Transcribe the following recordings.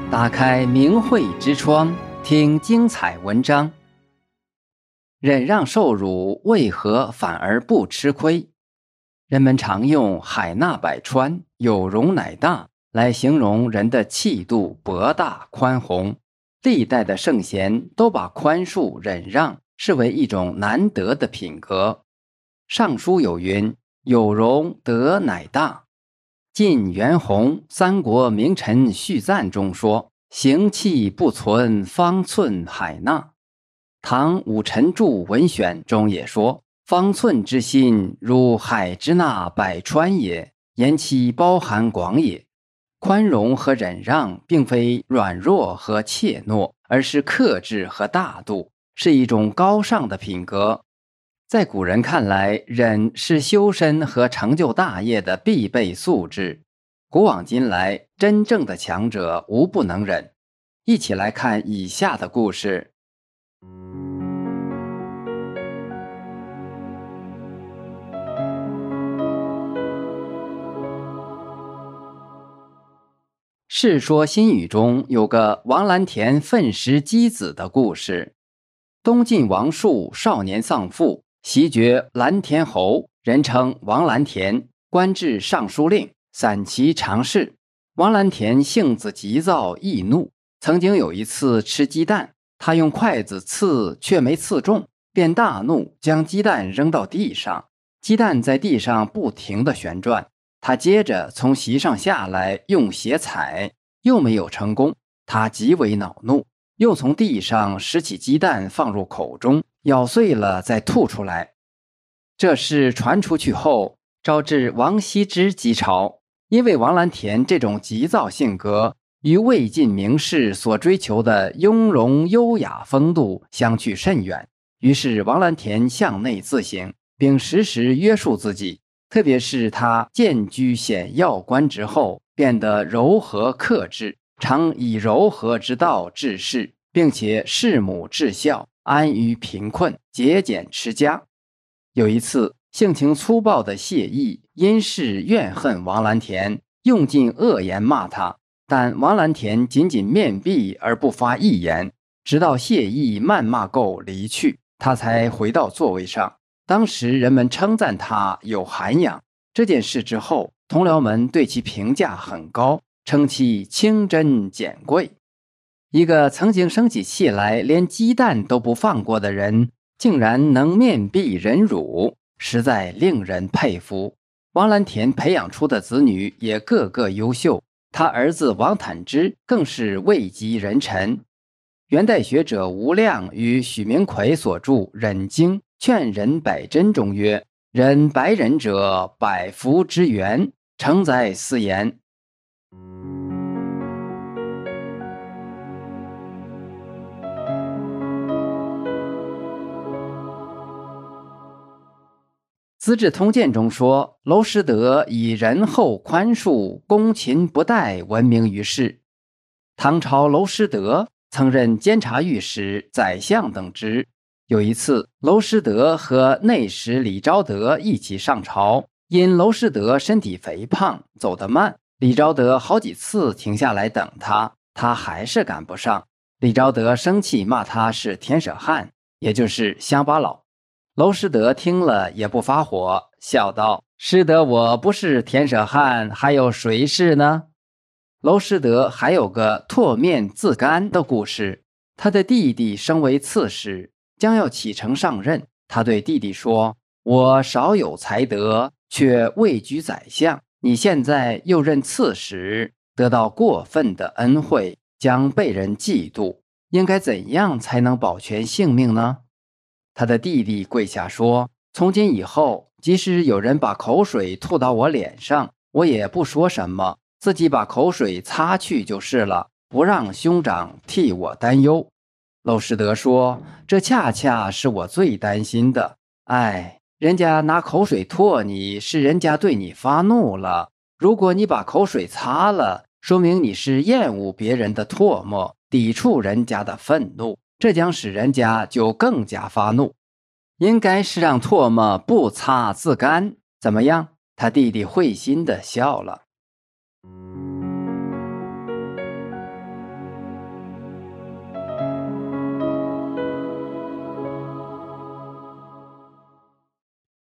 打开明慧之窗，听精彩文章。忍让受辱，为何反而不吃亏？人们常用海纳百川、有容乃大来形容人的气度博大宽宏。历代的圣贤都把宽恕忍让视为一种难得的品格。尚书有云：有容德乃大。晋元洪《三国名臣序赞》中说：行气不存，方寸海纳。唐武臣著文选中也说：方寸之心，如海之纳百川也，言其包含广也。宽容和忍让并非软弱和怯懦，而是克制和大度，是一种高尚的品格。在古人看来，忍是修身和成就大业的必备素质。古往今来，真正的强者无不能忍。一起来看以下的故事。《世说新语》中有个王蓝田愤食箕子的故事。东晋王树少年丧父，袭爵蓝田侯，人称王蓝田，官至尚书令、散骑常侍。王蓝田性子急躁易怒，曾经有一次吃鸡蛋，他用筷子刺却没刺中，便大怒，将鸡蛋扔到地上。鸡蛋在地上不停地旋转，他接着从席上下来，用鞋踩，又没有成功。他极为恼怒，又从地上拾起鸡蛋放入口中，咬碎了再吐出来。这事传出去后，招致王羲之击朝。因为王蓝田这种急躁性格与魏晋名士所追求的雍容优雅风度相去甚远，于是王蓝田向内自省，并时时约束自己。特别是他渐居显要官职后，变得柔和克制，常以柔和之道治世，并且弑母治孝，安于贫困，节俭持家。有一次，性情粗暴的谢毅因事怨恨王蓝田，用尽恶言骂他，但王蓝田仅仅面壁而不发一言，直到谢毅谩骂够离去，他才回到座位上。当时人们称赞他有涵养。这件事之后，同僚们对其评价很高，称其清真简贵。一个曾经生起气来连鸡蛋都不放过的人，竟然能面壁忍辱，实在令人佩服。王蓝田培养出的子女也个个优秀，他儿子王坦之更是位极人臣。元代学者吴亮与许明奎所著《忍经·劝人百真》中曰：忍百忍者，百福之源，承载斯言。《资治通鉴》中说，娄师德以仁厚宽恕、恭勤不怠闻名于世。唐朝娄师德曾任监察御史、宰相等职。有一次，娄师德和内史李昭德一起上朝，因娄师德身体肥胖，走得慢，李昭德好几次停下来等他，他还是赶不上。李昭德生气骂他是田舍汉，也就是乡巴佬。娄师德听了也不发火，笑道：师德我不是田舍汉，还有谁是呢？娄师德还有个唾面自干的故事。他的弟弟升为刺史，将要启程上任，他对弟弟说：我少有才德，却位居宰相，你现在又任刺史，得到过分的恩惠，将被人嫉妒，应该怎样才能保全性命呢？他的弟弟跪下说：从今以后，即使有人把口水吐到我脸上，我也不说什么，自己把口水擦去就是了，不让兄长替我担忧。娄师德说：这恰恰是我最担心的。哎，人家拿口水唾你，是人家对你发怒了。如果你把口水擦了，说明你是厌恶别人的唾沫，抵触人家的愤怒，这将使人家就更加发怒。应该是让唾沫不擦自干，怎么样？他弟弟会心地笑了。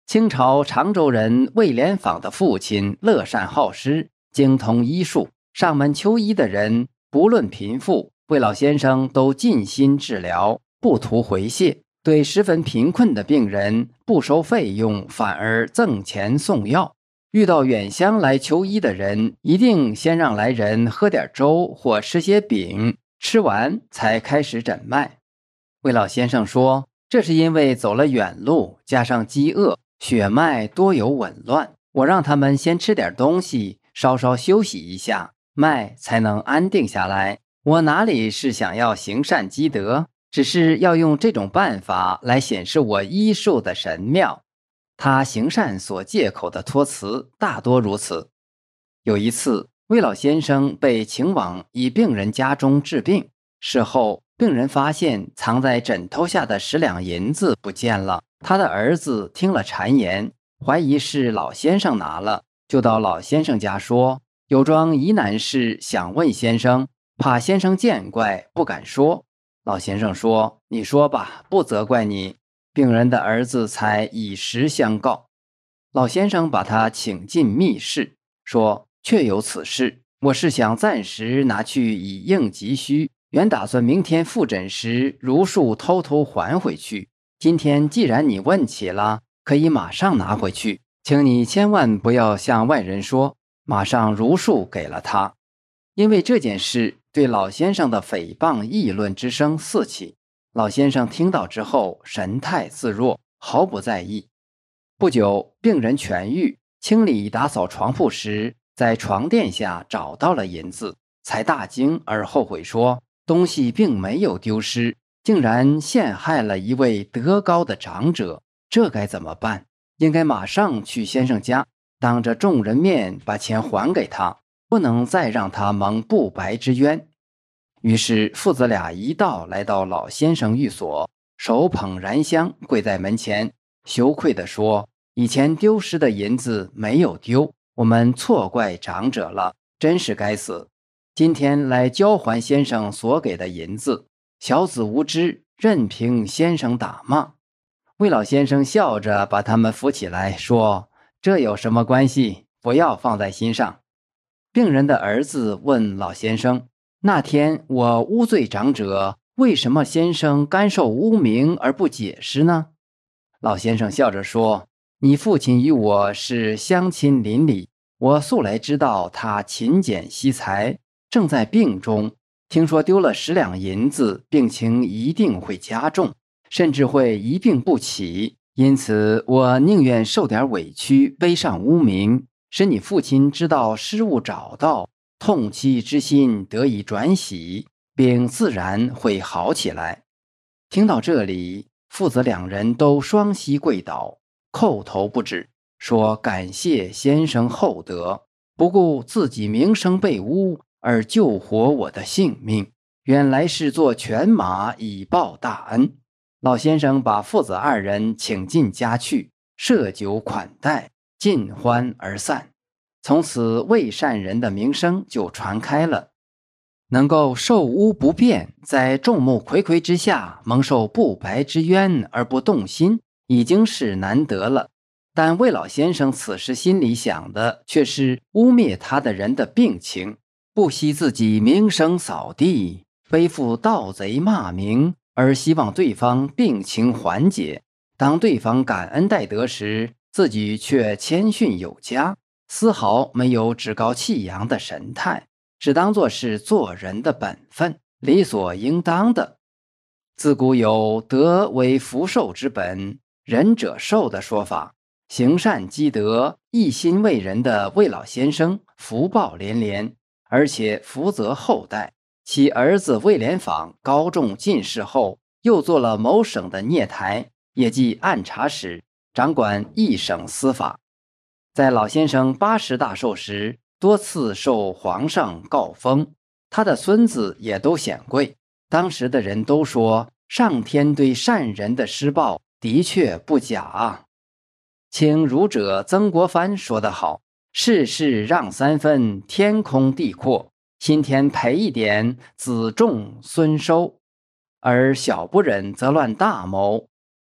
清朝常州人魏连坊的父亲乐善好施，精通医术，上门求医的人不论贫富，魏老先生都尽心治疗，不图回谢。对十分贫困的病人不收费用，反而赠钱送药。遇到远乡来求医的人，一定先让来人喝点粥或吃些饼，吃完才开始诊脉。魏老先生说，这是因为走了远路，加上饥饿，血脉多有紊乱，我让他们先吃点东西，稍稍休息一下，脉才能安定下来。我哪里是想要行善积德，只是要用这种办法来显示我医术的神妙。他行善所借口的托辞大多如此。有一次，魏老先生被请往一病人家中治病，事后病人发现藏在枕头下的10两银子不见了。他的儿子听了谗言，怀疑是老先生拿了，就到老先生家说，有桩疑难事想问先生，怕先生见怪不敢说。老先生说，你说吧，不责怪你。病人的儿子才以实相告。老先生把他请进密室，说，确有此事，我是想暂时拿去以应急需，原打算明天复诊时如数偷偷还回去。今天既然你问起了，可以马上拿回去，请你千万不要向外人说。马上如数给了他。因为这件事，对老先生的诽谤议论之声四起。老先生听到之后，神态自若，毫不在意。不久，病人痊愈，清理打扫床铺时，在床垫下找到了银子，才大惊而后悔说，东西并没有丢失，竟然陷害了一位德高的长者，这该怎么办？应该马上去先生家，当着众人面把钱还给他，不能再让他蒙不白之冤。于是父子俩一道来到老先生寓所，手捧燃香，跪在门前，羞愧地说，以前丢失的银子没有丢，我们错怪长者了，真是该死。今天来交还先生所给的银子，小子无知，任凭先生打骂。魏老先生笑着把他们扶起来，说，这有什么关系，不要放在心上。病人的儿子问老先生，那天我污罪长者，为什么先生甘受污名而不解释呢？老先生笑着说，你父亲与我是乡亲邻里，我素来知道他勤俭惜财，正在病中，听说丢了10两银子，病情一定会加重，甚至会一病不起，因此我宁愿受点委屈，背上污名，使你父亲知道失误找到，痛戚之心得以转喜，并自然会好起来。听到这里，父子2人都双膝跪倒，叩头不止，说感谢先生厚德，不顾自己名声被污而救活我的性命，原来是做犬马以报大恩。老先生把父子2人请进家去，设酒款待，尽欢而散。从此魏善人的名声就传开了。能够受污不变，在众目睽睽之下蒙受不白之冤而不动心，已经是难得了。但魏老先生此时心里想的却是污蔑他的人的病情，不惜自己名声扫地，背负盗贼骂名，而希望对方病情缓解。当对方感恩戴德时，自己却谦逊有加，丝毫没有趾高气扬的神态，只当作是做人的本分，理所应当的。自古有德为福寿之本，仁者寿的说法，行善积德，一心为人的魏老先生福报连连，而且福泽后代。其儿子魏连坊高中进士后，又做了某省的臬台，也即按察使，掌管一省司法。在老先生80大寿时，多次受皇上诰封，他的孙子也都显贵。当时的人都说，上天对善人的施报的确不假啊。请儒者曾国藩说得好，世事让3分，天空地阔，今天赔一点，子重孙收，而小不忍则乱大谋。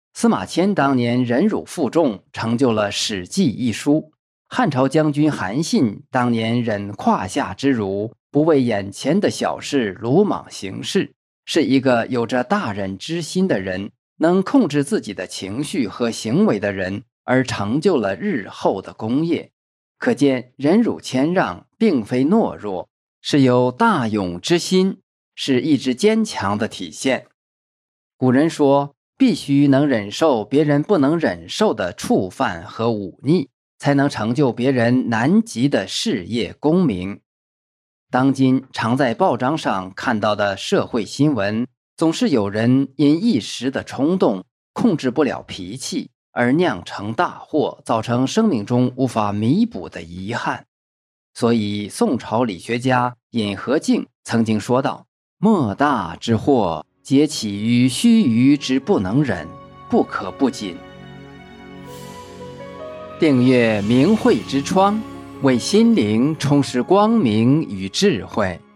司马迁当年忍辱负重，成就了《史记》一书。汉朝将军韩信当年忍胯下之辱，不为眼前的小事鲁莽行事，是一个有着大忍之心的人，能控制自己的情绪和行为的人，而成就了日后的功业。可见忍辱谦让并非懦弱，是有大勇之心，是意志坚强的体现。古人说，必须能忍受别人不能忍受的触犯和忤逆，才能成就别人难及的事业功名。当今常在报章上看到的社会新闻，总是有人因一时的冲动，控制不了脾气，而酿成大祸，造成生命中无法弥补的遗憾。所以宋朝理学家尹和敬曾经说道：莫大之祸，皆起于须臾之不能忍，不可不谨。订阅明慧之窗，为心灵充实光明与智慧。